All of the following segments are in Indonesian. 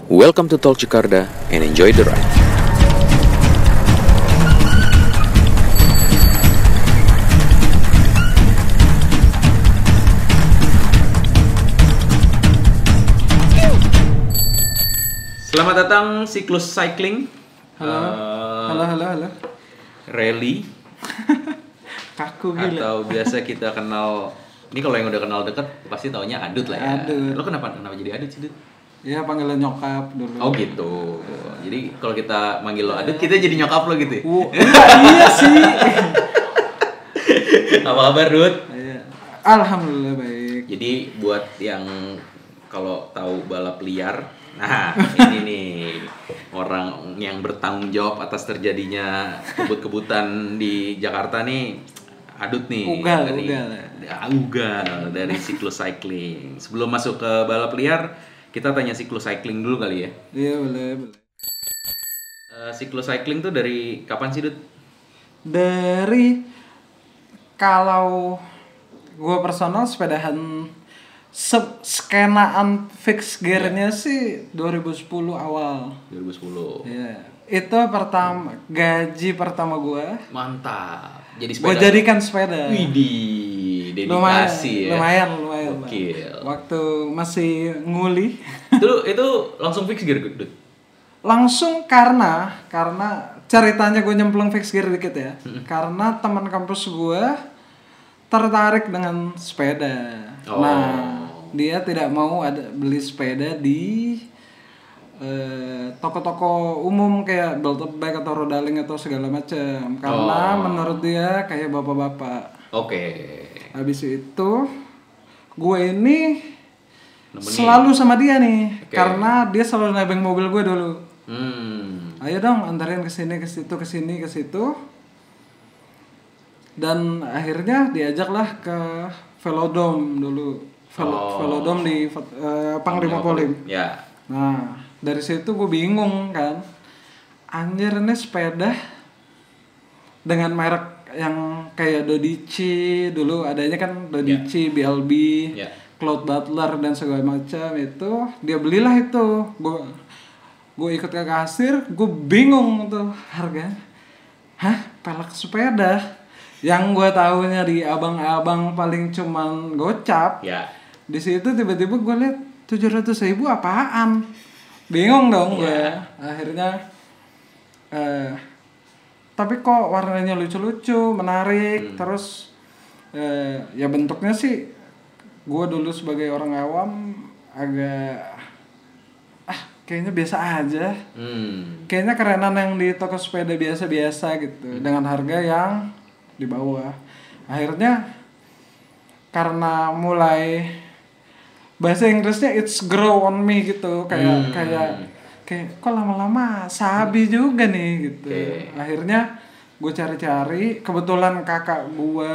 Welcome to Tol Cikarda and enjoy the ride. Selamat datang siklus cycling. Halo. Rally Kaku gila. atau biasa kita kenal. Ini kalau yang udah kenal deket pasti taunya Adut lah ya. Adut. Lo kenapa jadi Adut sih, Dut? Ya panggilan nyokap dulu. Oh gitu. Jadi kalau kita manggil lo Adut, kita jadi nyokap lo gitu ya? Iya sih. Apa kabar, Dut? Iya. Alhamdulillah baik. Jadi buat yang kalau tahu balap liar, nah ini nih orang yang bertanggung jawab atas terjadinya kebut-kebutan di Jakarta nih, Adut nih. Ugal dari siklus cycling. Sebelum masuk ke balap liar, kita tanya siklus cycling dulu kali ya. Iya boleh. Siklus cycling tuh dari kapan sih, Dut? Dari kalau gue personal sepedahan skenaan fix gearnya sih 2010 awal. 2010. Iya. Itu gaji pertama gue. Mantap. Jadi Gue sepeda. jadikan sepeda. Widih, dedikasi lumayan. Gokil. Waktu masih nguli. Itu langsung fix gear, Dut? Langsung karena ceritanya gue nyemplung fix gear dikit ya. Karena teman kampus gue tertarik dengan sepeda. Oh. Nah, dia tidak mau beli sepeda di toko-toko umum kayak Beltebek atau Rodaling atau segala macam. Karena menurut dia kayak bapak-bapak. Oke. Habis itu gue ini selalu sama dia nih. Oke. Karena dia selalu nebeng mobil gue dulu. Ayo dong antarin ke sini, ke situ, ke sini, ke situ. Dan akhirnya diajaklah ke Velodrome dulu. Velodrome di Panglima Polim. Ya. Nah, dari situ gue bingung kan. Anjir ini sepeda dengan merek yang kayak Dodici dulu adanya kan Dodici, BLB, Cloud Butler dan segala macam itu dia belilah itu. Gue ikut ke kasir, gue bingung tuh harganya. Hah, pelek sepeda. Yang gue tahunya di abang-abang paling cuman gocap. Ya. Di situ tiba-tiba gue lihat 700.000 apaan? Bingung dong gue. Akhirnya tapi kok warnanya lucu-lucu, menarik. Terus ya bentuknya sih gue dulu sebagai orang awam agak kayaknya biasa aja. Kayaknya kerenan yang di toko sepeda biasa-biasa gitu dengan harga yang di bawah. Akhirnya karena mulai bahasa Inggrisnya it's grow on me gitu kayak kok lama-lama sabi juga nih gitu. Akhirnya gue cari-cari, kebetulan kakak gue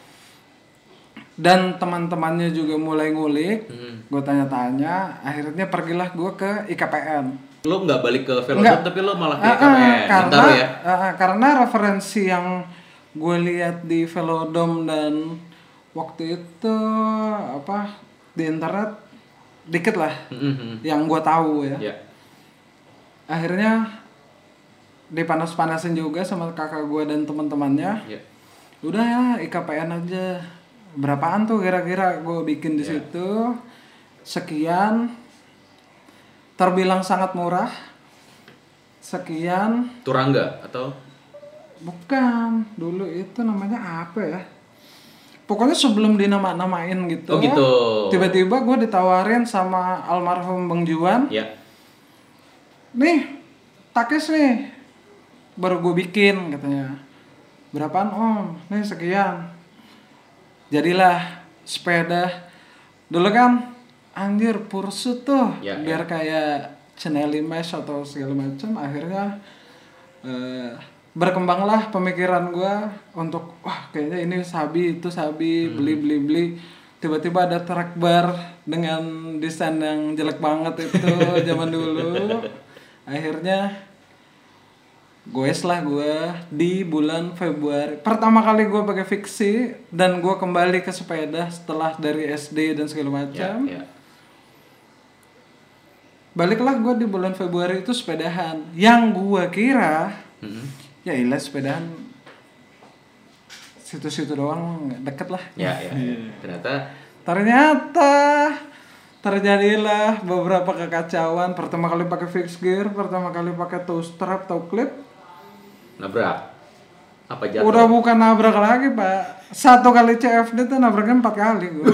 dan teman-temannya juga mulai ngulik. Gue tanya-tanya, akhirnya pergilah gue ke IKPN. Lo nggak balik ke Velodrome tapi lo malah ke IKPN. Karena referensi yang gue lihat di Velodrome dan waktu itu di internet dikit lah yang gue tahu ya. Akhirnya dipanas-panasin juga sama kakak gue dan teman-temannya. Udah ya IKPN aja. Berapaan tuh kira-kira gue bikin di situ? Sekian. Terbilang sangat murah. Sekian. Turangga atau? Bukan, dulu itu namanya apa ya? Pokoknya sebelum dinama-namain gitu. Oh gitu. Tiba-tiba gue ditawarin sama almarhum Bang Juan. Ya. Nih, takis nih. Baru gue bikin katanya. Berapaan om? Nih sekian. Jadilah sepeda. Dulu kan anjir Pursuit tuh. Biar kayak Chanel Mesh atau segala macam. Akhirnya berkembanglah pemikiran gue untuk kayaknya ini sabi itu sabi beli tiba-tiba ada track bar dengan desain yang jelek banget itu zaman dulu. Akhirnya gue di bulan Februari pertama kali gue pakai fiksi dan gue kembali ke sepeda setelah dari SD dan segala macam. baliklah gue di bulan Februari itu sepedahan. Yang gue kira ya ilah sepedahan situ-situ doang deket lah. Ya. Ternyata terjadilah beberapa kekacauan. Pertama kali pakai fixed gear, pertama kali pakai toe strap, toe clip. Nabrak. Apa jatuh? Udah bukan nabrak lagi, Pak. 1 kali CFD tuh nabraknya 4 kali gue.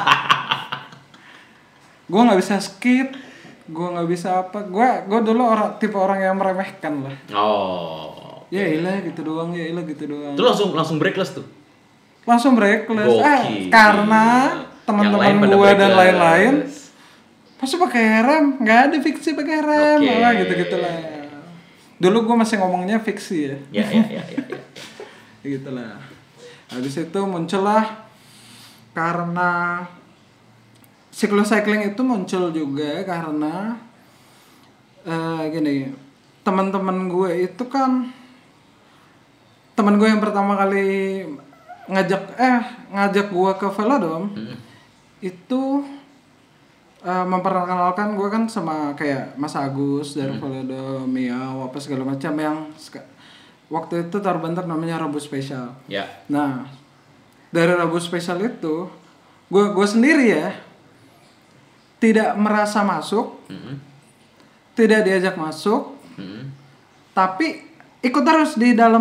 Gue nggak bisa skid, gue nggak bisa apa. Gue dulu tipe orang yang meremehkan lah. Oh. Ya ilah gitu doang, ya ilah gitu doang. Itu langsung breakless tuh. Langsung breakless. Gokil. Karena teman-teman gue dan lain-lain pasti pakai rem, nggak ada fiksi pakai rem, gitu-gitulah. Dulu gue masih ngomongnya fiksi ya. Ya. Gitulah. Habis itu muncullah karena cycling itu muncul juga karena gini, teman-teman gue itu kan teman gue yang pertama kali ngajak gue ke Velodrome itu memperkenalkan gue kan sama kayak Mas Agus dari Velodrome, Miao, apa segala macam yang waktu itu terbentuk namanya Rabu Spesial. Ya. Nah, dari Rabu Spesial itu gue sendiri ya tidak merasa masuk, tidak diajak masuk, tapi ikut terus di dalam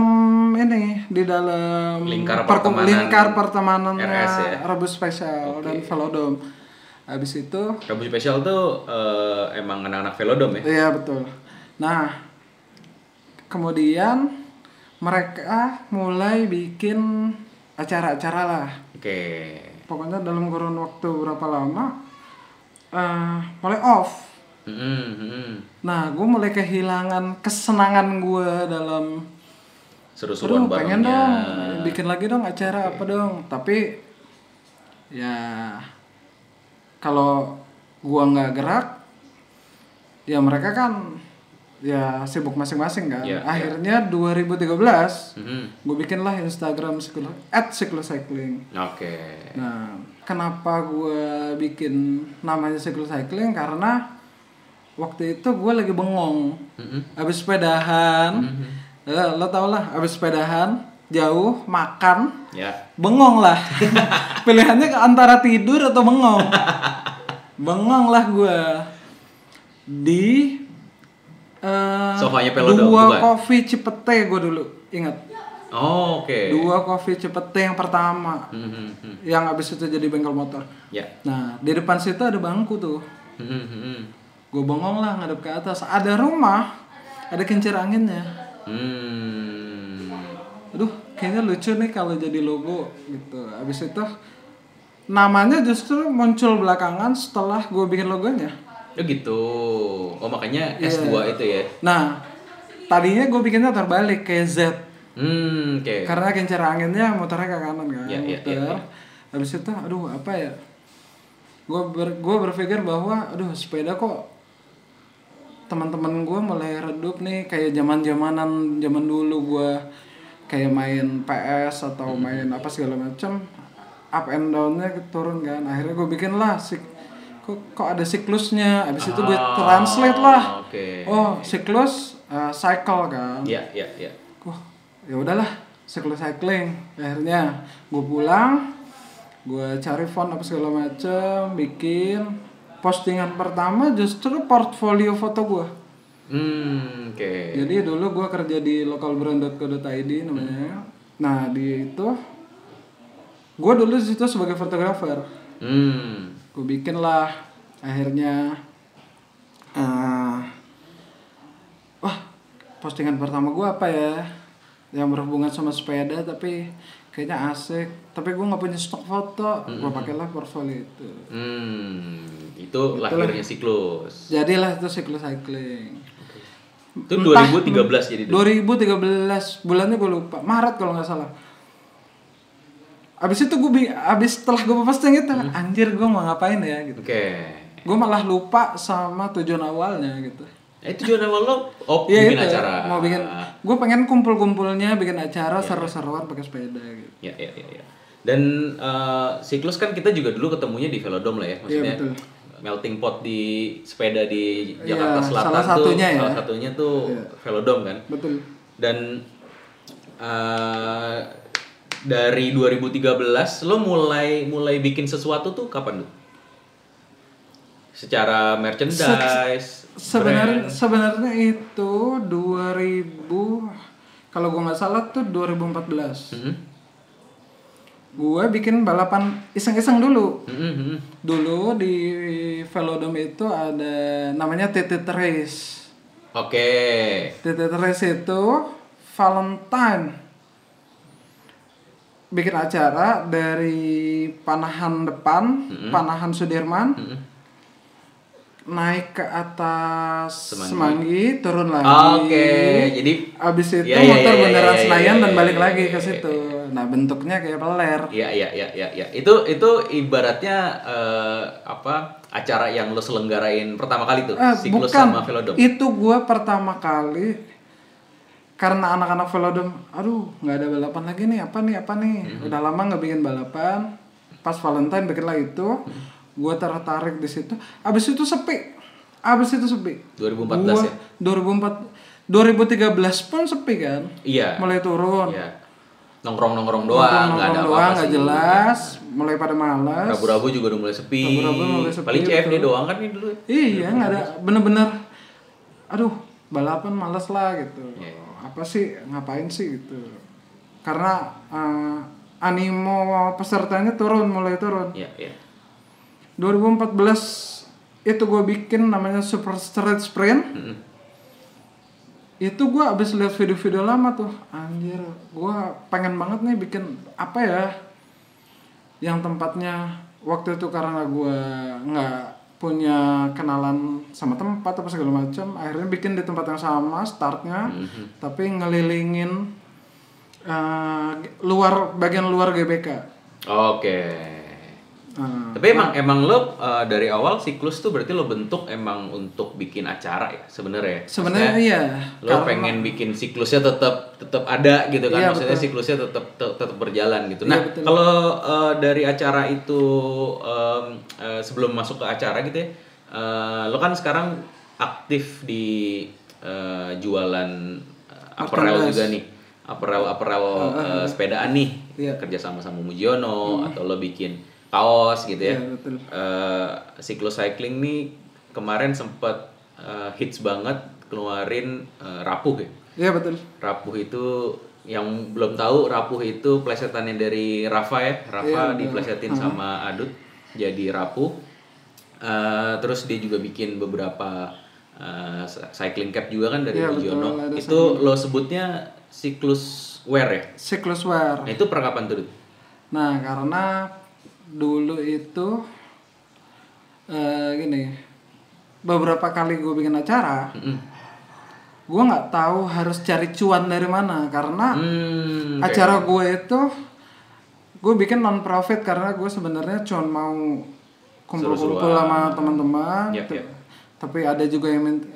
lingkar pertemanan RS ya? Rabu Spesial dan Velodrome. Habis itu Rabu Spesial tuh emang anak-anak Velodrome ya? Iya betul. Nah, kemudian mereka mulai bikin acara-acara lah. Oke. Pokoknya dalam kurun waktu berapa lama mulai off. Nah, gue mulai kehilangan kesenangan gue dalam seru-seruan barengnya. Pengen dong bikin lagi dong acara apa dong. Tapi ya kalau gue nggak gerak, ya mereka kan ya sibuk masing-masing kan. Akhirnya 2013 gue bikinlah Instagram @cyclocycling. Oke. Nah, kenapa gue bikin namanya cyclocycling? Karena waktu itu gue lagi bengong, abis sepedahan, lo tau lah, abis sepedahan jauh makan, bengong lah. Pilihannya antara tidur atau bengong. Bengong lah gue di sofanya Velodrome. 2 Coffee Cipete gue dulu ingat. Oh, oke. 2 Coffee Cipete yang pertama, yang abis itu jadi bengkel motor. Nah, di depan situ ada bangku tuh. Gue bengong lah ngadep ke atas. Ada rumah, ada kincir anginnya. Aduh, kayaknya lucu nih kalau jadi logo gitu. Abis itu namanya justru muncul belakangan setelah gue bikin logonya. Oh gitu. Oh makanya S2 itu ya. Nah, tadinya gue bikinnya terbalik kayak Z. Oke. Karena kincir anginnya muternya ke kanan kan. Iya. Habis itu aduh apa ya? Gue berpikir bahwa aduh sepeda kok teman-teman gue mulai redup nih, kayak zaman dulu gue kayak main PS atau main apa segala macam, up and down-nya turun kan. Akhirnya gue bikin lah kok ada siklusnya. Abis itu gue translate lah. Oh, siklus cycle kan. Iya. Ya udahlah, cycling. Akhirnya gue pulang, gue cari font apa segala macam, bikin postingan pertama justru portfolio foto gue. Jadi dulu gue kerja di localbrand.co.id namanya. Nah di itu gue dulu di situ sebagai fotografer. Gue bikin lah akhirnya postingan pertama gue apa ya yang berhubungan sama sepeda tapi kayaknya asik, tapi gue nggak punya stok foto. Gue pakailah portfolio itu. Itu lahirnya siklus. Jadilah itu cycling. Itu 2013 jadi. 2013 bulannya gue lupa, Maret kalau nggak salah. Abis itu setelah gue posting itu, anjir gue mau ngapain ya gitu. Gue malah lupa sama tujuan awalnya gitu. Tujuan awal lo bikin acara. Mau bikin, gue pengen kumpul-kumpulnya bikin acara seru-seruan pakai sepeda gitu. Ya. Dan siklus kan kita juga dulu ketemunya di Velodrome lah ya, maksudnya. melting pot di sepeda di Jakarta Iya, Selatan salah satunya ya. salah satunya tuh Iya. Velodrome kan. Betul. Dan dari 2013 lo mulai bikin sesuatu tuh kapan tuh? Secara merchandise, brand. Sebenarnya itu 2000, kalau gue nggak salah tuh 2014. Gue bikin balapan iseng-iseng dulu. Dulu di Velodrome itu ada namanya TT Race. Oke. TT Race itu Valentine bikin acara dari Panahan depan, Panahan Sudirman, naik ke atas Semanggi, turun lagi. Oke, jadi abis itu ya, motor ya, Bundaran ya, Senayan ya, dan ya, balik ya, lagi ya, ke ya, situ. ya. Nah bentuknya kayak peler. Iya. Itu ibaratnya acara yang lo selenggarain pertama kali tuh, siklus Bukan, sama Velodrome. itu gue pertama kali karena anak-anak Velodrome, aduh nggak ada balapan lagi nih, apa nih, udah lama nggak bikin balapan. Pas Valentine bikinlah itu, gue tertarik di situ. Abis itu sepi. 2014 ya. 2013 pun sepi kan. Iya. Mulai turun. Iya. Nongkrong doang, nggak ada apa-apa nggak sih. jelas, mulai pada malas. Rabu-rabu juga udah mulai sepi. Paling CFD betul. doang kan nih dulu. Iya, nggak ada, bener-bener. Aduh, balapan malas lah gitu. Yeah. Apa sih, ngapain sih gitu. Karena animo pesertanya mulai turun. Iya. 2014 itu gue bikin namanya Super Street Sprint. Itu gue abis lihat video-video lama tuh, anjir, gue pengen banget nih bikin apa ya yang tempatnya waktu itu, karena gue nggak punya kenalan sama tempat apa segala macam, akhirnya bikin di tempat yang sama startnya, tapi ngelilingin bagian luar GBK. Oke. Tapi emang lo dari awal siklus tuh berarti lo bentuk emang untuk bikin acara ya sebenarnya. Sebenarnya iya. Lo pengen bikin siklusnya tetap ada gitu kan, iya, maksudnya betul. siklusnya tetap berjalan gitu. Iya, Nah betul. kalau dari acara itu sebelum masuk ke acara gitu ya, lo kan sekarang aktif di jualan apparel juga nih, apparel sepedaan nih, Iya. kerja sama Mujiono atau lo bikin kaos gitu ya. Iya, betul. Siklus cycling nih kemarin sempat hits banget keluarin Rapuh ya. Iya betul. Rapuh itu yang belum tahu, Rapuh itu plesetannya dari Rafa ya. Rafa Iya, diplesetin sama Adut jadi Rapuh. Terus dia juga bikin beberapa cycling cap juga kan dari Iya, Mujiono. betul, ada Itu lo sebutnya siklus wear ya. Siklus wear. Nah itu per kapan tuh? Dut? Nah, karena dulu itu gini, beberapa kali gue bikin acara, gue nggak tahu harus cari cuan dari mana, karena acara gue itu gue bikin non profit, karena gue sebenarnya cuma mau kumpul-kumpul sama teman-teman. Tapi ada juga yang minta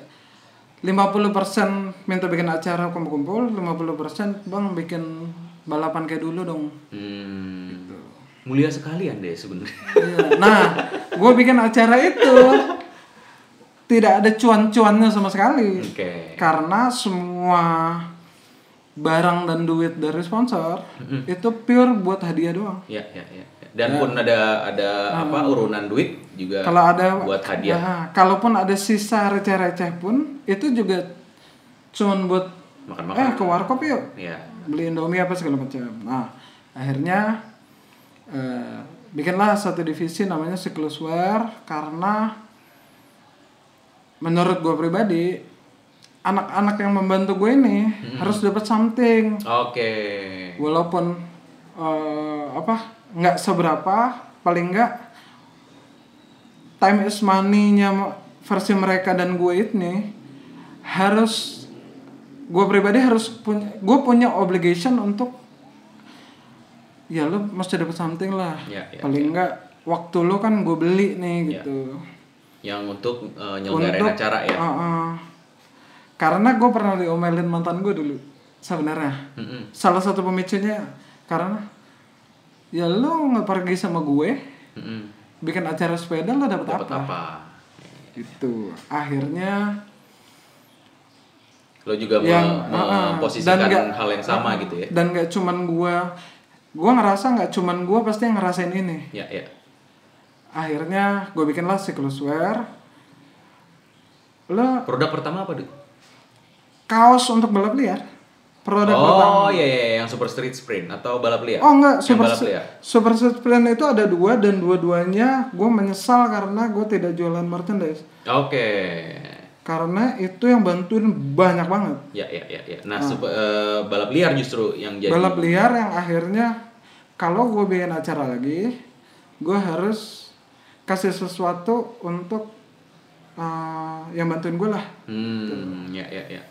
50% minta bikin acara kumpul-kumpul, 50% bang bikin balapan kayak dulu dong. Gitu. Mulia sekali Anda sebenarnya. Iya. Nah, gue bikin acara itu tidak ada cuan-cuannya sama sekali. Karena semua barang dan duit dari sponsor itu pure buat hadiah doang. Iya. Dan pun ada urunan duit juga kalau ada buat hadiah. Nah, kalaupun ada sisa receh-receh pun itu juga cuman buat makan-makan. Ke warkop yuk. Iya. Beli Indomie apa segala macam. Nah, akhirnya bikinlah satu divisi namanya Siklus Wear, karena menurut gue pribadi anak-anak yang membantu gue ini harus dapat something. Oke. Walaupun nggak seberapa, paling nggak time is money-nya versi mereka dan gue ini harus, gue pribadi harus punya obligation untuk ya lo mesti dapat something lah. Paling nggak waktu lo kan gue beli nih gitu. Yang untuk nyelenggarain acara ya. Karena gue pernah diomelin mantan gue dulu sebenarnya. Salah satu pemicunya karena ya lo nggak pergi sama gue, bikin acara sepeda lo dapat Dapat apa? apa? Itu akhirnya Lo juga memposisikan hal yang sama gitu ya. Dan gak cuman gua ngerasa gak cuman gua pasti yang ngerasain ini. Ya. Akhirnya gue bikinlah siklus wear. Produk pertama apa, Dut? Kaos untuk balap liar. Produk pertama. Oh iya, yang Super Street Sprint atau balap liar? Oh enggak, Yang Super Street Sprint itu ada 2 dan dua-duanya gue menyesal karena gue tidak jualan merchandise. Oke. Karena itu yang bantuin banyak banget. Ya. Nah, balap liar justru yang jadi. Balap liar yang akhirnya kalau gue bikin acara lagi, gue harus kasih sesuatu untuk yang bantuin gue lah. Ya.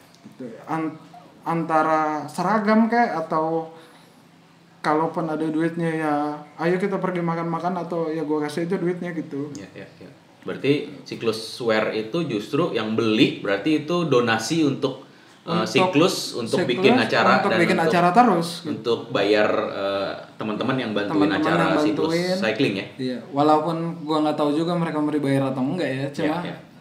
Antara seragam kayak atau kalaupun ada duitnya ya ayo kita pergi makan-makan atau ya gue kasih itu duitnya gitu. Ya. Berarti siklus wear itu justru yang beli berarti itu donasi untuk siklus untuk bikin acara untuk dan bikin untuk, acara terus untuk bayar teman-teman yang bantuin acara siklus cycling ya. Iya, walaupun gue nggak tahu juga mereka mau dibayar atau enggak ya, cuma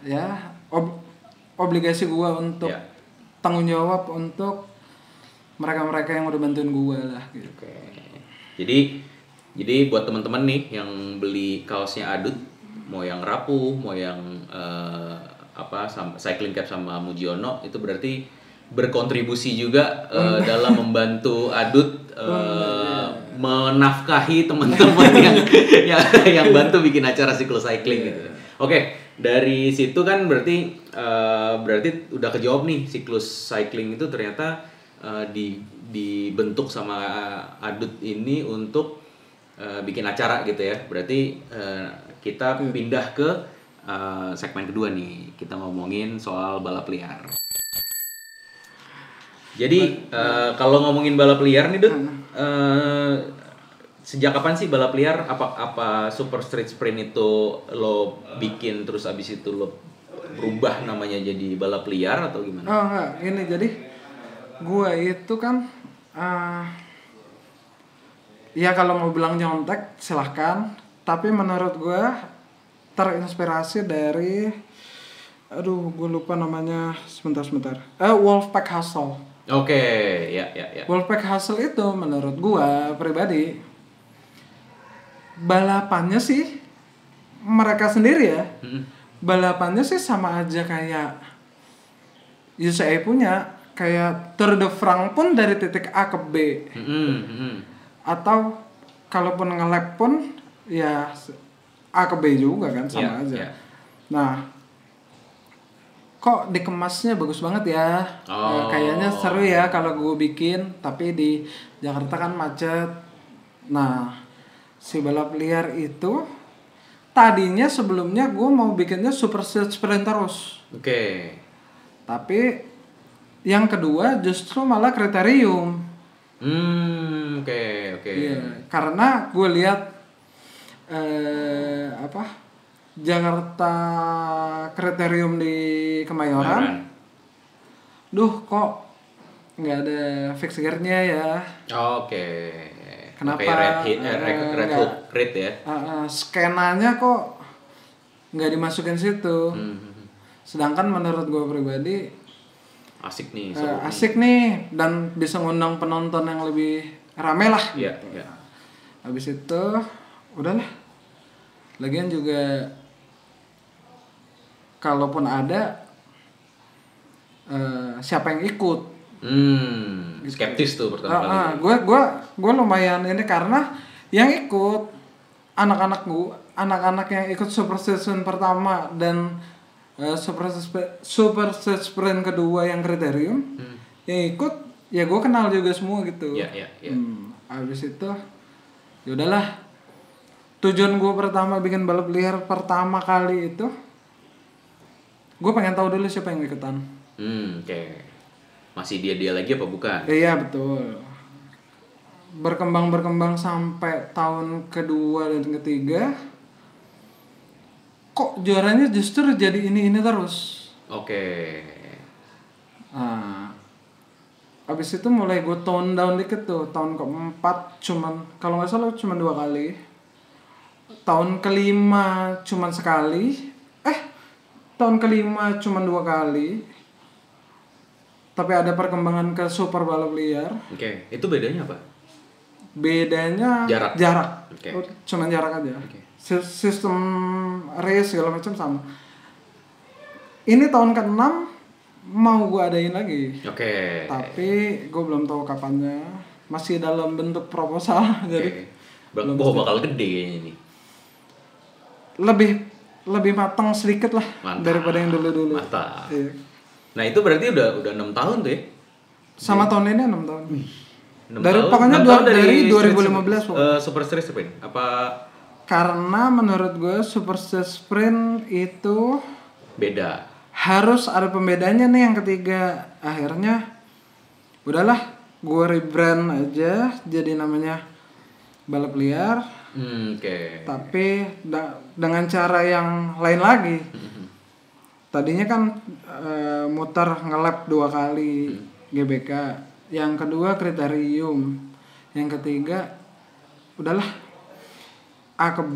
obligasi gue untuk tanggung jawab untuk mereka-mereka yang udah bantuin gue lah gitu. Oke. Jadi buat teman-teman nih yang beli kaosnya Adut, mau yang rapuh, mau yang cycling cap sama Mujiono, itu berarti berkontribusi juga dalam membantu Adut menafkahi teman-teman yang bantu bikin acara siklus cycling gitu. Oke, dari situ kan berarti udah kejawab nih, siklus cycling itu ternyata dibentuk sama Adut ini untuk bikin acara gitu ya. Berarti kita pindah ke segmen kedua nih. Kita ngomongin soal balap liar. Jadi kalau ngomongin balap liar nih, Dut, sejak kapan sih balap liar? Apa Super Street Sprint itu lo bikin terus abis itu lo berubah namanya jadi balap liar atau gimana? Oh enggak, ini jadi gue itu kan ya kalau mau bilang nyontek silahkan, tapi menurut gue terinspirasi dari gue lupa namanya, sebentar Wolfpack Hustle. Oke, ya. Wolfpack Hustle itu menurut gue pribadi balapannya sih mereka sendiri ya. Balapannya sih sama aja kayak UCI punya, kayak Tour de France pun dari titik A ke B. Atau kalaupun nge-lap pun ya A ke B juga kan, sama aja. Nah, kok dikemasnya bagus banget ya. Kayaknya seru ya kalau gue bikin, tapi di Jakarta kan macet. Nah, si balap liar itu tadinya sebelumnya gue mau bikinnya Super Street Sprint terus. Oke. Tapi yang kedua justru malah kriterium. Oke. Iya, karena gue lihat Jakarta kriterium di Kemayoran. Duh, kok nggak ada fix gear-nya ya? Oke. Kenapa? Red Hook Crit ya? Skenanya kok nggak dimasukin situ. Sedangkan menurut gue pribadi asik nih. Asik nih dan bisa ngundang penonton yang lebih rame lah. Iya. Habis itu udahlah. Lagian juga kalaupun ada siapa yang ikut? Skeptis tuh pertama kali. Gue lumayan ini karena yang ikut anak-anak yang ikut Super Season pertama dan Super Street Sprint kedua yang kriterium, yang ikut ya gue kenal juga semua gitu. Iya. Habis itu ya udahlah. Tujuan gue pertama bikin balap liar pertama kali itu, gue pengen tahu dulu siapa yang ikutan. Oke. Masih dia lagi apa bukan? Iya betul. Berkembang sampai tahun kedua dan ketiga, kok juaranya justru jadi ini terus. Oke. Nah, abis itu mulai gue tone down dikit tuh. Tahun keempat kalau nggak salah cuma 2 kali. tahun kelima cuman sekali. Tahun kelima cuman 2 kali. Tapi ada perkembangan ke super balap liar. Oke, itu bedanya apa? Bedanya Jarak. Oke. Cuman jarak aja. Oke. Sistem race segala macam sama. Ini tahun ke-6 mau gue adain lagi. Oke. Tapi gue belum tahu kapannya. Masih dalam bentuk proposal. Jadi bakal gede kayaknya ini. Lebih matang sedikit lah. Mantap. Daripada yang dulu-dulu. Mantap. Iya. Nah, itu berarti udah 6 tahun tuh ya? Sama tahun ini 6 tahun. 6 Dari tahun? pokoknya 6 tahun dari 2015 pokoknya. Super Street Sprint apa Karena menurut gue Super Street Sprint itu beda? harus ada pembedanya nih yang ketiga. Akhirnya udahlah, gue rebrand aja jadi namanya balap liar. Oke. Tapi dengan cara yang lain lagi. Tadinya kan muter nge-lap 2 kali GBK. Yang kedua kriterium. Yang ketiga udahlah A ke B.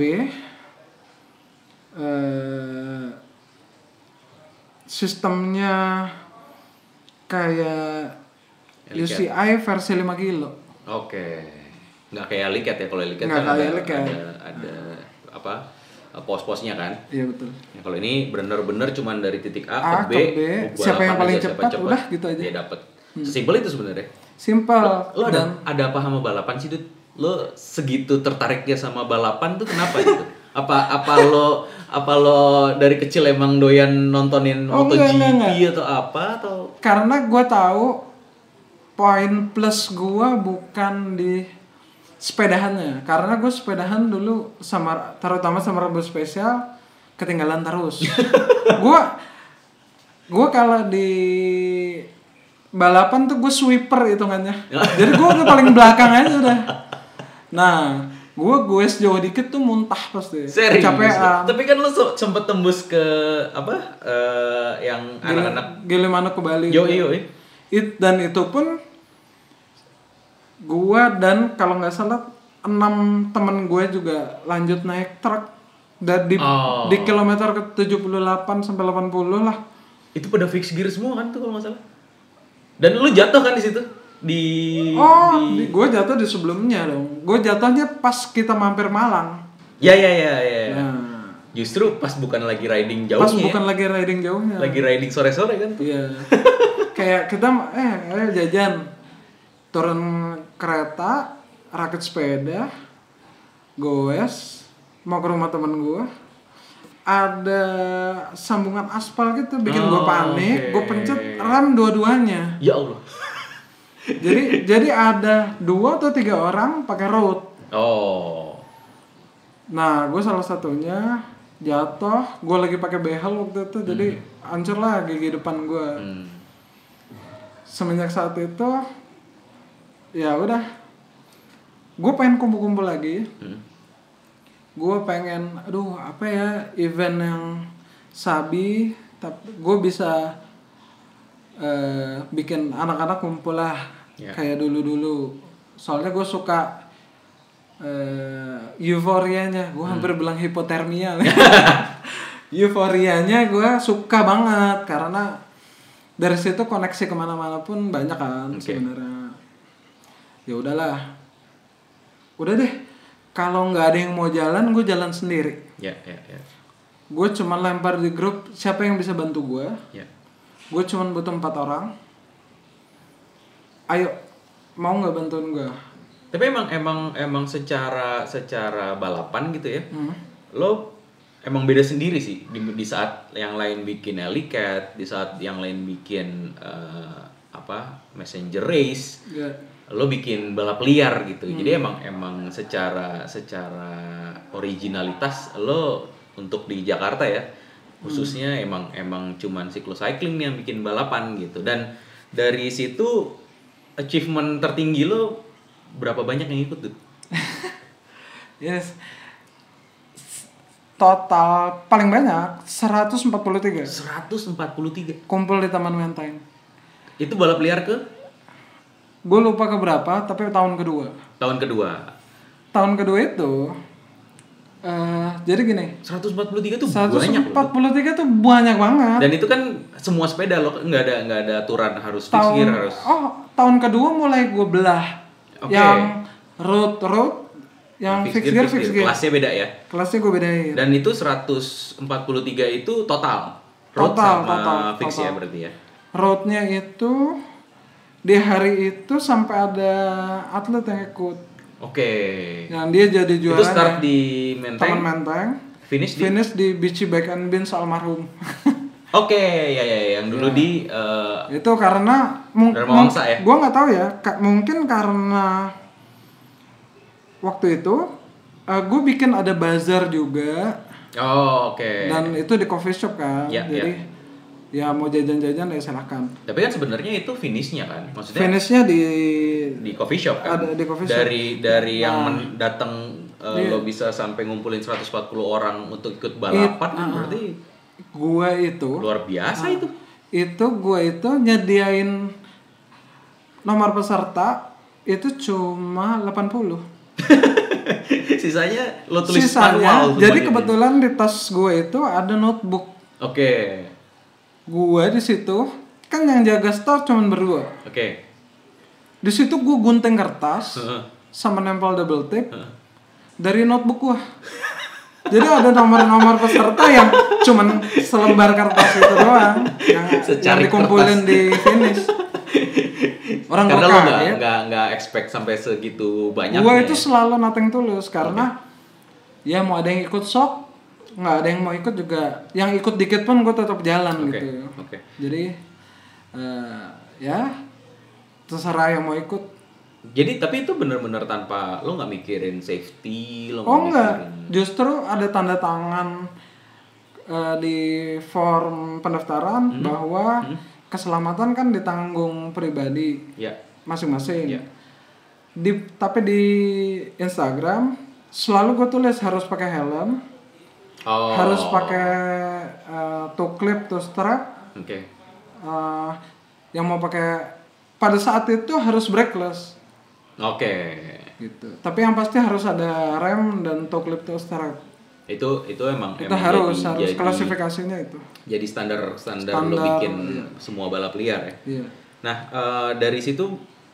Sistemnya kayak Eliket. UCI versi 5 kilo. Oke. Nggak kayak Liket ya, kalau Liket Nggak kan kayak Liket. ada apa? Pos-posnya kan. Iya betul. Ya, kalau ini bener-bener cuman dari titik A A ke B, ke B, siapa yang balapan paling aja, siapa cepat, udah gitu aja. Dia dapat. Sesimpel itu sebenarnya. Simpel. Lo Dan ada apa sama balapan sih, Dut? Lo segitu tertariknya sama balapan tuh kenapa gitu? Apa lo dari kecil emang doyan nontonin MotoGP enggak. atau apa atau? karena gue tahu poin plus gue bukan di sepedahannya. Karena gue sepedahan dulu terutama sama Rebel Spesial ketinggalan terus. Gue kalau di balapan tuh gue sweeper hitungannya. Jadi gue paling belakang aja udah. Nah, gue jauh dikit tuh muntah pasti. Serius? Kecapean. Tapi kan lo sempet tembus ke apa? Yang anak-anak Gilimanuk ke Bali. Yoi. Dan itu pun gue dan kalau nggak salah 6 temen gue juga lanjut naik truk di kilometer ke 78 sampai 80 lah. Itu pada fix gear semua kan tuh kalau nggak salah. Dan lu jatuh kan di situ? Gue jatuh di sebelumnya dong. Gue jatuhnya pas kita mampir Malang. Ya. Nah, Justru pas bukan lagi riding jauhnya. pas bukan lagi riding jauhnya. Lagi riding sore-sore kan? Iya. Kayak kita jajan. Turun kereta, rakit sepeda, goes, mau ke rumah temen gue. Ada sambungan aspal gitu, bikin gue panik. Oke. Gue pencet rem dua-duanya. Ya Allah. Jadi ada 2 atau 3 orang pakai road. Oh. Nah, gue salah satunya jatuh. Gue lagi pakai behel waktu itu, jadi hancur lah gigi depan gue. Semenjak saat itu, ya udah. Gue pengen kumpul-kumpul lagi. Gue pengen, apa ya, event yang sabi, tapi gue bisa bikin anak-anak kumpul lah, kayak dulu-dulu. Soalnya gue suka euforianya, gue hampir bilang hipotermia. Euforianya gue suka banget karena dari situ koneksi kemana-mana pun banyak kan sebenarnya. Ya udahlah, udah deh. Kalau nggak ada yang mau jalan, gue jalan sendiri. Ya. Gue cuma lempar di grup siapa yang bisa bantu gue. Ya. Gue cuma butuh 4 orang. Ayo, mau nggak bantuin gue? Tapi emang secara balapan gitu ya. Lo emang beda sendiri sih di saat yang lain bikin Elicat, di saat yang lain bikin messenger race. Yeah. Lo bikin balap liar gitu. Jadi emang secara originalitas lo untuk di Jakarta ya, khususnya emang cuman cycling nih yang bikin balapan gitu. Dan dari situ achievement tertinggi lo berapa banyak yang ikut tuh? Yes. Total paling banyak 143. 143. Kumpul di Taman Menteng. Itu balap liar ke? Gue lupa keberapa, tapi tahun kedua. Tahun kedua. Tahun kedua itu Jadi gini, 143 tuh banyak loh. 143 tuh banyak banget. Dan itu kan semua sepeda loh, nggak ada aturan harus fixed gear harus. Tahun kedua mulai gue belah. Oke. Yang road, yang fixed gear. Kelasnya beda ya. Kelasnya gue bedain. Dan itu 143 itu total. Road sama fix ya berarti ya. Roadnya itu di hari itu sampai ada atlet yang ikut. Oke. Yang dia jadi juara. Itu start di Menteng. Taman Menteng. Finish di Bici Bike and Beans almarhum. Oke, ya yang dulu di itu karena Dharma Wangsa ya. Gua nggak tahu ya, mungkin karena waktu itu gue bikin ada bazar juga. Oh, oke. Dan itu di coffee shop kan. Jadi ya mau jajan-jajan ya silakan. Tapi kan sebenarnya itu finishnya kan, maksudnya. Finishnya di coffee shop kan. Ada di coffee shop. Dari yang datang lo bisa sampai ngumpulin 140 orang untuk ikut balapan, berarti. Gua itu. Luar biasa itu. Gua itu nyediain nomor peserta itu cuma 80. Sisanya lo tulis manual. Jadi kebetulan di tas gue itu ada notebook. Oke. Gue di situ kan yang jaga store cuma berdua. Oke. Di situ gue gunting kertas sama nempel double tape dari notebook gue. Jadi ada nomor-nomor peserta yang cuman selembar kertas itu doang yang dikumpulin di finish. Orang karena lo nggak expect sampai segitu banyak. Gue itu selalu nothing tulus karena ya mau ada yang ikut shock, nggak ada yang mau ikut juga. Yang ikut dikit pun gue tetap jalan gitu. Jadi ya terserah yang mau ikut. Jadi tapi itu benar-benar tanpa lo nggak mikirin safety lo. Enggak, justru ada tanda tangan di form pendaftaran bahwa keselamatan kan ditanggung pribadi masing-masing. Tapi di Instagram selalu gue tulis harus pakai helm, harus pakai toe clip, toe strap. Yang mau pakai pada saat itu harus brakeless. Gitu. Tapi yang pasti harus ada rem dan toe clip, toe strap. Itu emang harus klasifikasinya itu. Jadi standar lo bikin semua balap liar ya. Iya. Nah dari situ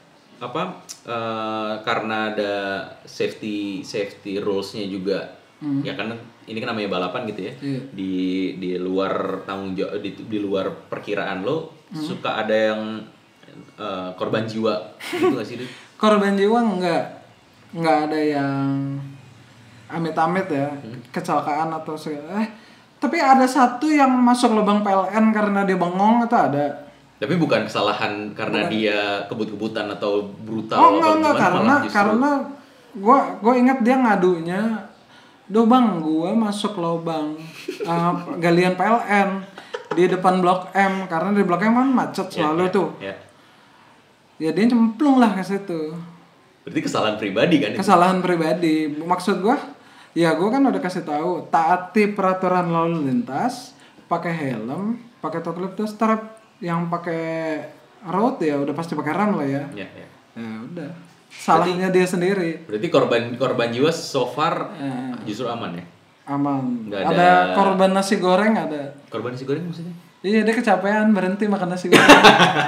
karena ada safety rulesnya juga ya kan ini kan namanya balapan gitu ya. Di luar tanggung jawab di luar perkiraan lo suka ada yang korban jiwa gitu nggak sih? Korban jiwa nggak ada yang amit-amit ya, kecelakaan atau tapi ada satu yang masuk lubang PLN karena dia bengong itu ada. Tapi bukan kesalahan karena dia kebut-kebutan atau brutal. Enggak karena gue ingat dia ngadunya, "Duh bang, gue masuk lubang galian PLN di depan Blok M karena di Blok M kan macet selalu tuh." Ya dia cemplung lah ke situ. Berarti kesalahan pribadi kan? Kesalahan pribadi. Maksud gue, ya gue kan udah kasih tahu, taati peraturan lalu lintas, pakai helm, pakai toe clip, toe strap. Yang pakai road ya udah pasti pakai rem lah ya. Ya udah. Salahnya dia sendiri. Berarti korban jiwa so far justru aman ya? Aman. Ada korban nasi goreng ada. Korban nasi goreng maksudnya? Iya, dia kecapean berhenti makan nasi goreng.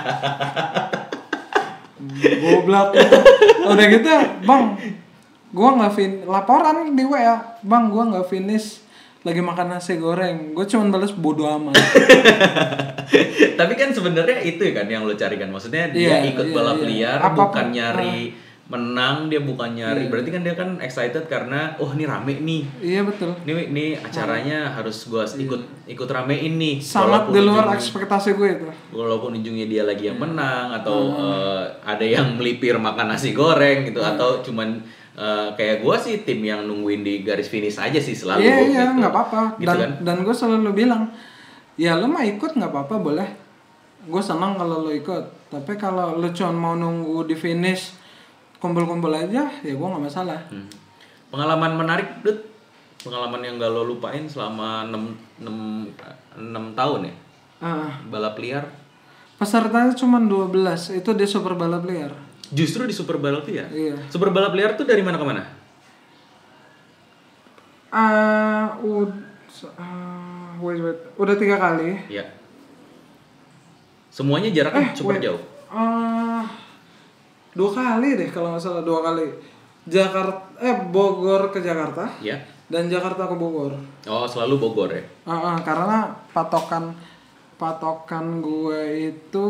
Goblok. Udah gitu, "Bang, gua nggak laporan di WA, Bang, gua nggak finish lagi makan nasi goreng." Gue cuma balas bodo amat. Tapi kan sebenarnya itu kan yang lo cari kan, maksudnya dia ikut balap liar bukan nyari menang, dia bukan nyari. Berarti kan dia kan excited karena ini rame nih. Iya betul. Ini acaranya harus gua ikut ramein nih. Sangat di luar ekspektasi gue itu. Walaupun ujungnya dia lagi yang menang atau ada yang melipir makan nasi goreng gitu atau cuman kayak gue sih tim yang nungguin di garis finish aja sih selalu. Iya nggak apa-apa. Gitu dan gue selalu bilang, ya lo mah ikut nggak apa-apa boleh. Gue senang kalau lo ikut. Tapi kalau lo cuma mau nunggu di finish kumpul-kumpul aja, ya gue nggak masalah. Pengalaman menarik, Dut. Pengalaman yang gak lo lupain selama 6 tahun ya? Balap liar. Pesertanya cuma 12, itu di super balap liar. Justru di super balap liar? Iya. Super balap liar tuh dari mana ke mana? Wait. Udah 3 kali. Ya. Semuanya jaraknya super jauh. 2 kali deh kalau nggak salah, 2 kali. Bogor ke Jakarta. Ya. Dan Jakarta ke Bogor. Oh, selalu Bogor ya? Karena patokan gue itu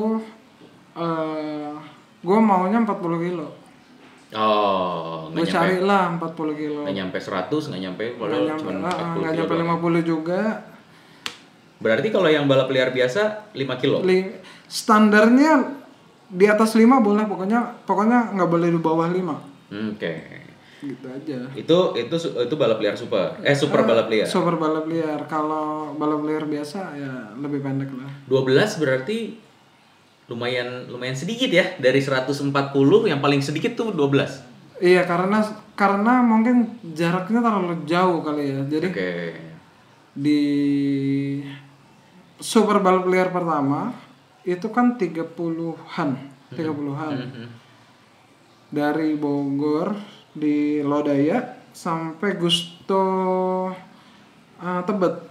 gue maunya 40 kilo. Oh, gue cari lah 40 kilo. Nggak nyampe 100, nggak nyampe, cuma 40 nggak kilo nyampe 50 juga. Berarti kalau yang balap liar biasa 5 kilo? Standarnya di atas 5 boleh, pokoknya nggak boleh di bawah 5. Oke. Gitu aja. Itu balap liar super balap liar. Super balap liar. Kalau balap liar biasa ya lebih pendek lah. 12 berarti lumayan sedikit ya, dari 140 yang paling sedikit tuh 12. Iya, karena mungkin jaraknya terlalu jauh kali ya. Jadi di super balap liar pertama itu kan 30-an. Dari Bogor di Lodaya sampai Gusto Tebet.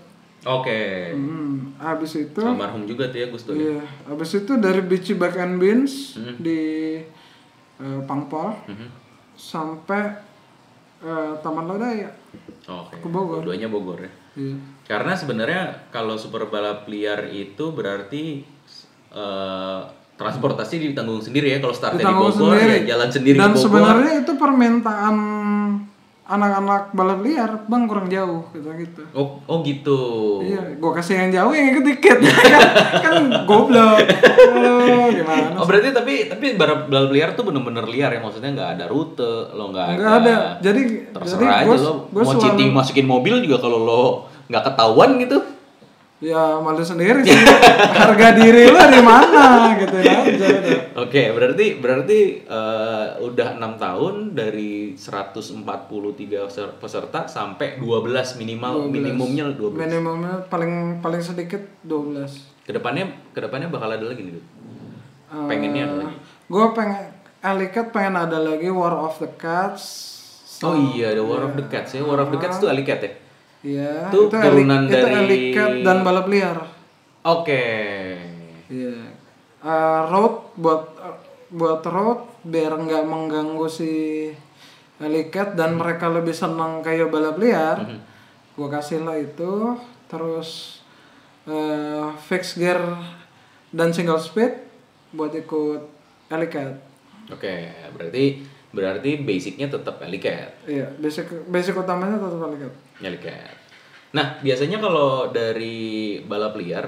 Abis itu almarhum juga tuh ya Gusto. Iya, abis itu dari Bici Back and Beans di Pangpol sampai Taman Lodaya. Ke Bogor. Keduanya Bogor ya. Iya. Karena sebenarnya kalau super balap liar itu berarti transportasi ditanggung sendiri ya, kalau startnya di Bogor ya jalan sendiri ke Bogor. Dan sebenarnya itu permintaan anak-anak balap liar, bang kurang jauh gitu. Oh gitu. Iya, gue kasih yang jauh yang ikut dikit. kan goblok. Gimana? Oh berarti tapi balap liar tuh bener-bener liar ya, maksudnya nggak ada rute, lo nggak ada. Jadi terserah aja lo mau cheating masukin mobil juga kalau lo nggak ketahuan gitu. Ya malu sendiri sih. Harga diri lo di mana gitu aja. Oke, berarti udah 6 tahun dari 143 peserta sampai 12 minimumnya 12. Minimumnya paling sedikit 12. Kedepannya bakal ada lagi nih. Pengennya ada lagi. Gue pengen ada lagi War of the Cats. Oh iya, ada War of the Cats ya. War of the Cats tuh Alicat ya? Iya, itu turunan dari Alicat dan balap liar. Oke. Iya. Road buat road biar nggak mengganggu si Alicat dan mereka lebih senang kayak balap liar. Gua kasih lah itu, terus fixed gear dan single speed buat ikut Alicat. Oke, berarti basicnya tetap Alicat. Iya, basic utamanya tetap Alicat. Nah, biasanya kalau dari balap liar,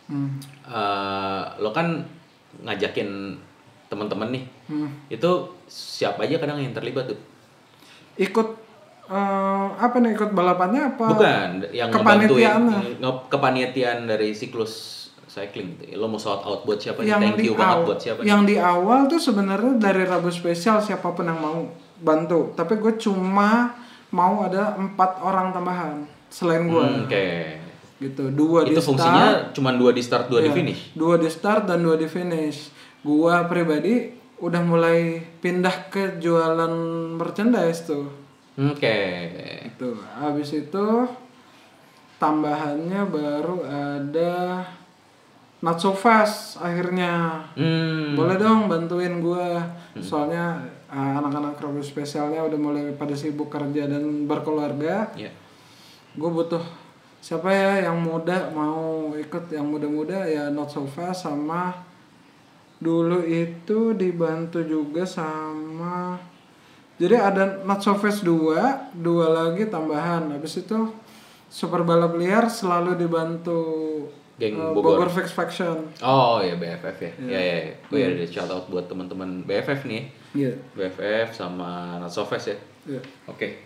lo kan ngajakin teman-teman nih, itu siapa aja kadang yang terlibat tuh? Ikut ikut balapannya apa? Bukan, yang kepanitiaan dari siklus cycling gitu. Lo mau shout out buat siapa? Thank you banget buat siapa? Yang di awal tuh sebenarnya dari Rabu Spesial siapapun yang mau bantu, tapi gue cuma mau ada 4 orang tambahan selain gue. Gitu, 2 di start. Itu fungsinya cuma 2 di start, 2 di finish. 2 di start dan 2 di finish. Gue pribadi udah mulai pindah ke jualan merchandise tuh. Itu. Habis itu tambahannya baru ada Not So Fast akhirnya. Boleh dong bantuin gue. Soalnya anak-anak Rabu Spesialnya udah mulai pada sibuk kerja dan berkeluarga. Gue butuh siapa ya yang muda mau ikut, yang muda-muda ya Not So Fast, sama dulu itu dibantu juga sama, jadi ada Not So Fast 2 lagi tambahan. Habis itu super balap liar selalu dibantu geng Bogor Fix Faction. Oh ya, BFF ya. Ya. Gue ada shout out buat teman-teman BFF nih. Iya. BFF sama Not So Fast ya. Iya. Oke.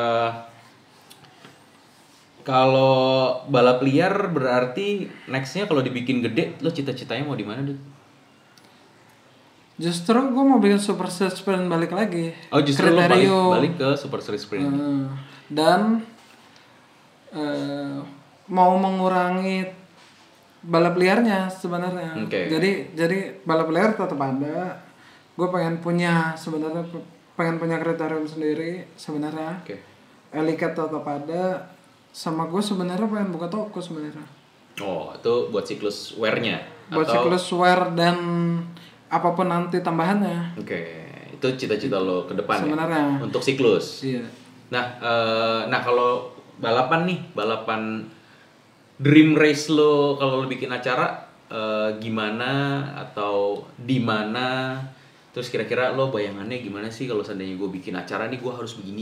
Kalau balap liar berarti nextnya kalau dibikin gede, lo cita-citanya mau di mana, Dut? Justru gue mau bikin Super Street Sprint balik lagi. Oh, justru lo balik ke Super Street Sprint. Dan mau mengurangi balap liarnya sebenarnya. Jadi balap liar tetap ada. Gue pengen punya kriterium sendiri sebenarnya. Elicat tetap ada, sama gue sebenarnya pengen buka toko sebenarnya. Oh, itu buat siklus wear-nya? Buat siklus wear dan apapun nanti tambahannya. Oke, itu cita-cita lo ke depan sebenarnya. Ya? Untuk siklus? Iya. Nah kalau balapan nih, balapan dream race lo kalau lo bikin acara gimana atau di mana? Terus kira-kira lo bayangannya gimana sih kalau seandainya gue bikin acara nih gue harus begini.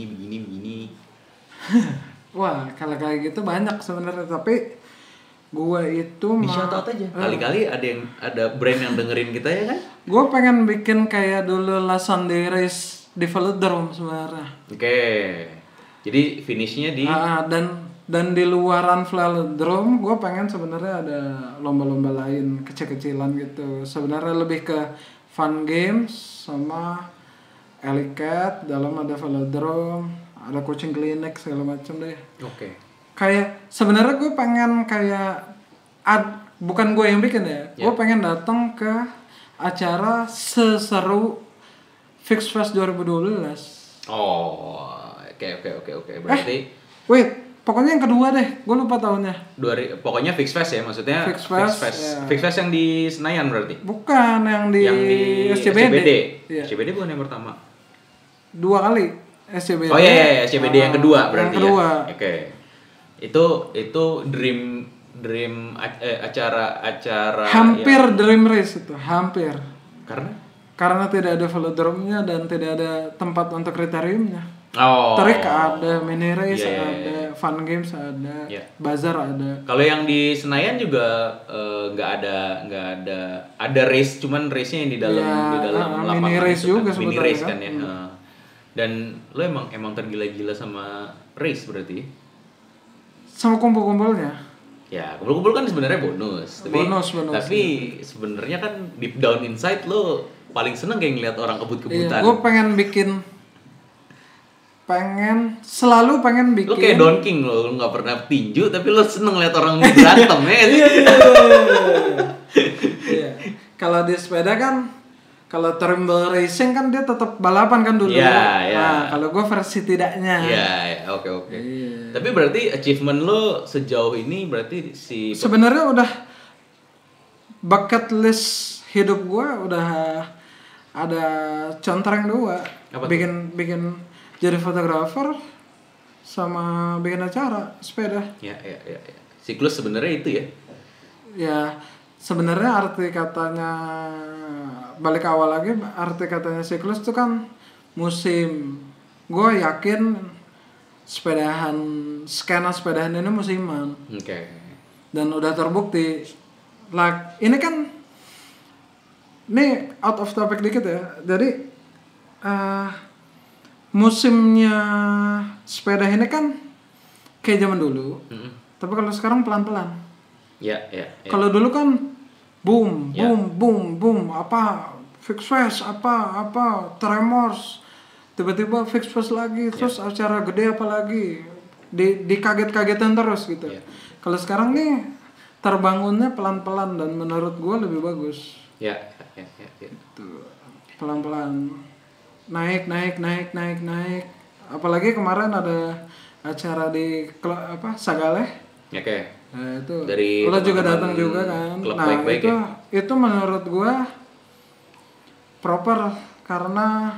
Wah, kalau kayak gitu banyak sebenarnya, tapi gue itu di shout out aja. Kali-kali ada brand yang dengerin kita ya kan? Gue pengen bikin kayak dulu La Sunday Race di Velodrome sebenarnya. Oke. Jadi finishnya di dan di luaran Velodrome gue pengen sebenarnya ada lomba-lomba lain kecil-kecilan gitu. Sebenarnya lebih ke fun games sama Elicat, dalam ada Velodrome, ada coaching clinic segala macam deh. Oke. Kayak sebenarnya gue pengen kayak bukan gue yang bikin ya. Gue pengen datang ke acara seseru Fix Fest 2012. Oh, oke. Berarti pokoknya yang kedua deh. Gue lupa tahunnya. Pokoknya Fix Fest ya, maksudnya Fix Fest. Ya. Fix Fest yang di Senayan berarti? Bukan, yang di SCBD. Iya. SCBD bukan yang pertama. 2 kali SCBD. Oh iya, SCBD yang kedua berarti. Yang kedua. Ya? Oke. Itu dream acara hampir yang... dream race itu, hampir. Karena tidak ada velodrome-nya dan tidak ada tempat untuk kriteriumnya. Oh. Trik ada, mini race ada, fun games ada, bazar ada. Kalau yang di Senayan juga nggak ada race, cuman race-nya yang di dalam lapangan. Mini race juga kan. Mini race kan ya. Dan lo emang tergila-gila sama race berarti? Sama kumpul-kumpulnya. Ya, kumpul-kumpul kan sebenarnya bonus. Tapi sebenarnya kan deep down inside lo paling seneng kayak ngeliat orang kebut-kebutan. Iya, gue selalu pengen bikin. Lo kayak Don King lo nggak pernah tinju tapi lo seneng lihat orang berantem ya. Iya. Kalau di sepeda kan, kalau Trimble Racing kan dia tetap balapan kan dulu. Iya. Nah, kalau gue versi tidaknya. Iya, oke. Iya. Tapi berarti achievement lo sejauh ini berarti sebenarnya udah bucket list hidup gue udah ada contreng 2. Bikin jadi fotografer sama bikin acara sepeda. Ya. Siklus sebenarnya itu ya. Ya, sebenarnya arti katanya balik awal lagi, arti katanya siklus itu kan musim. Gue yakin skena sepedahan ini musiman. Oke. Dan udah terbukti. Ini kan out of topic dikit ya. Jadi musimnya sepeda ini kan kayak zaman dulu. Tapi kalau sekarang pelan-pelan. Ya. Kalau dulu kan boom, apa Fix Fest, apa Tremors, tiba-tiba Fix Fest lagi, terus acara gede apa lagi, dikaget-kagetan terus gitu. Kalau sekarang nih terbangunnya pelan-pelan dan menurut gue lebih bagus. Ya. Pelan-pelan, naik. Apalagi kemarin ada acara di Sagaleh. Oke. Nah, itu dari lo juga datang juga kan. Nah, itu menurut gua proper karena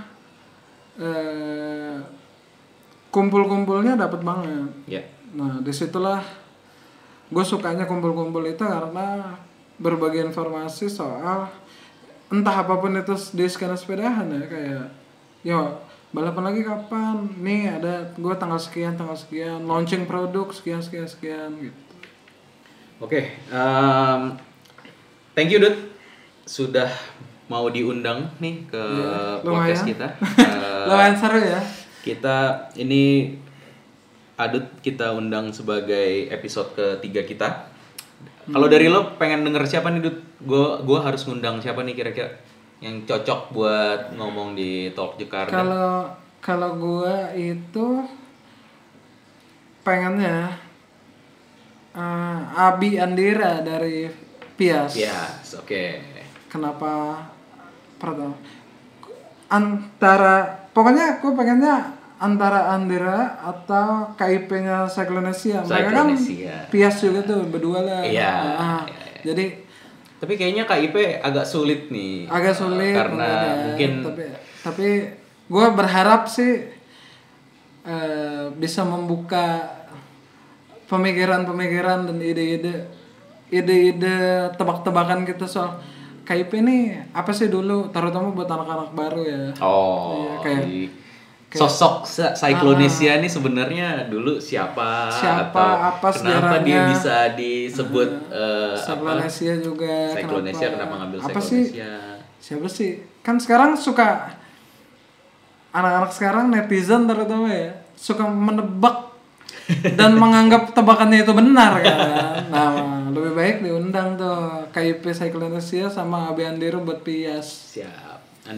kumpul-kumpulnya dapat banget. Yeah. Nah, disitulah gue sukanya kumpul-kumpul itu karena berbagi informasi soal entah apapun itu di skena sepedahan ya, kayak balapan lagi kapan? Nih ada gue tanggal sekian, launching produk sekian gitu. Oke, thank you Dut sudah mau diundang nih ke podcast kita. Lumayan seru ya. Kita ini Adut kita undang sebagai episode ketiga kita. Kalau dari lo pengen denger siapa nih Dut? Gue harus ngundang siapa nih kira-kira yang cocok buat ngomong di Talk Jakarta? Kalau gue itu pengennya Abi Andira dari Pias. Oke. Kenapa? Pokoknya aku pengennya antara Andira atau KIP-nya Cyclonesia. Mereka kan Cyclonesia. pias juga tuh berdua lah. Iya. Jadi Tapi kayaknya KIP agak sulit nih. agak sulit Karena mungkin tapi gue berharap sih bisa membuka pemikiran-pemikiran dan ide-ide tebak-tebakan kita soal KIP ini apa sih dulu, terutama buat anak-anak baru ya. Oh, Iya, sosok Cyclonesia ini sebenarnya dulu siapa atau apa kenapa sejarahnya, dia bisa disebut Cyclonesia juga. Cyclonesia kenapa ngambil apa Cyclonesia? Siapa sih? Kan sekarang suka anak-anak sekarang netizen terutama ya suka menebak dan menganggap tebakannya itu benar kan. Nah, lebih baik diundang tuh KIP Cyclonesia sama Abi Andiro buat pias. Siap.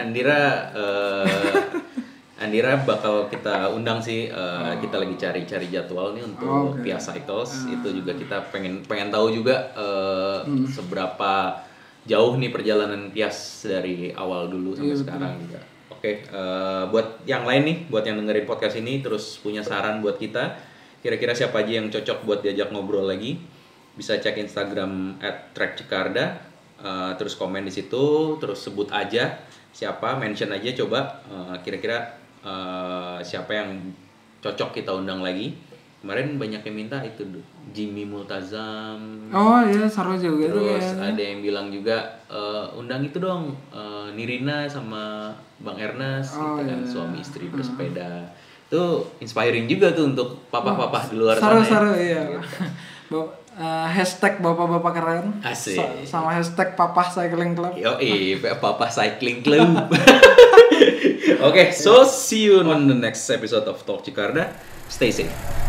Andira bakal kita undang sih. Kita lagi cari jadwal nih untuk Pias Cycles. Itu juga kita pengen tahu juga seberapa jauh nih perjalanan Pias dari awal dulu sampai sekarang juga. Oke, buat yang lain nih, buat yang dengerin podcast ini terus punya saran buat kita, kira-kira siapa aja yang cocok buat diajak ngobrol lagi, bisa cek Instagram @trackjakarta, terus komen di situ, terus sebut aja siapa, mention aja coba, kira-kira siapa yang cocok kita undang lagi. Kemarin banyak yang minta itu Jimmy Multazam. Oh iya, seru juga tuh. Terus ada yang bilang juga undang itu dong Nirina sama Bang Ernest gitu kan, suami istri bersepeda. Itu inspiring juga tuh untuk papa-papa di luar sana. Seru iya. Hashtag bapak-bapak keren. Asik. Sama hashtag Papa Cycling Club. Yoi, Papa Cycling Club. Oke, so see you on the next episode of Talk Jakarta. Stay safe.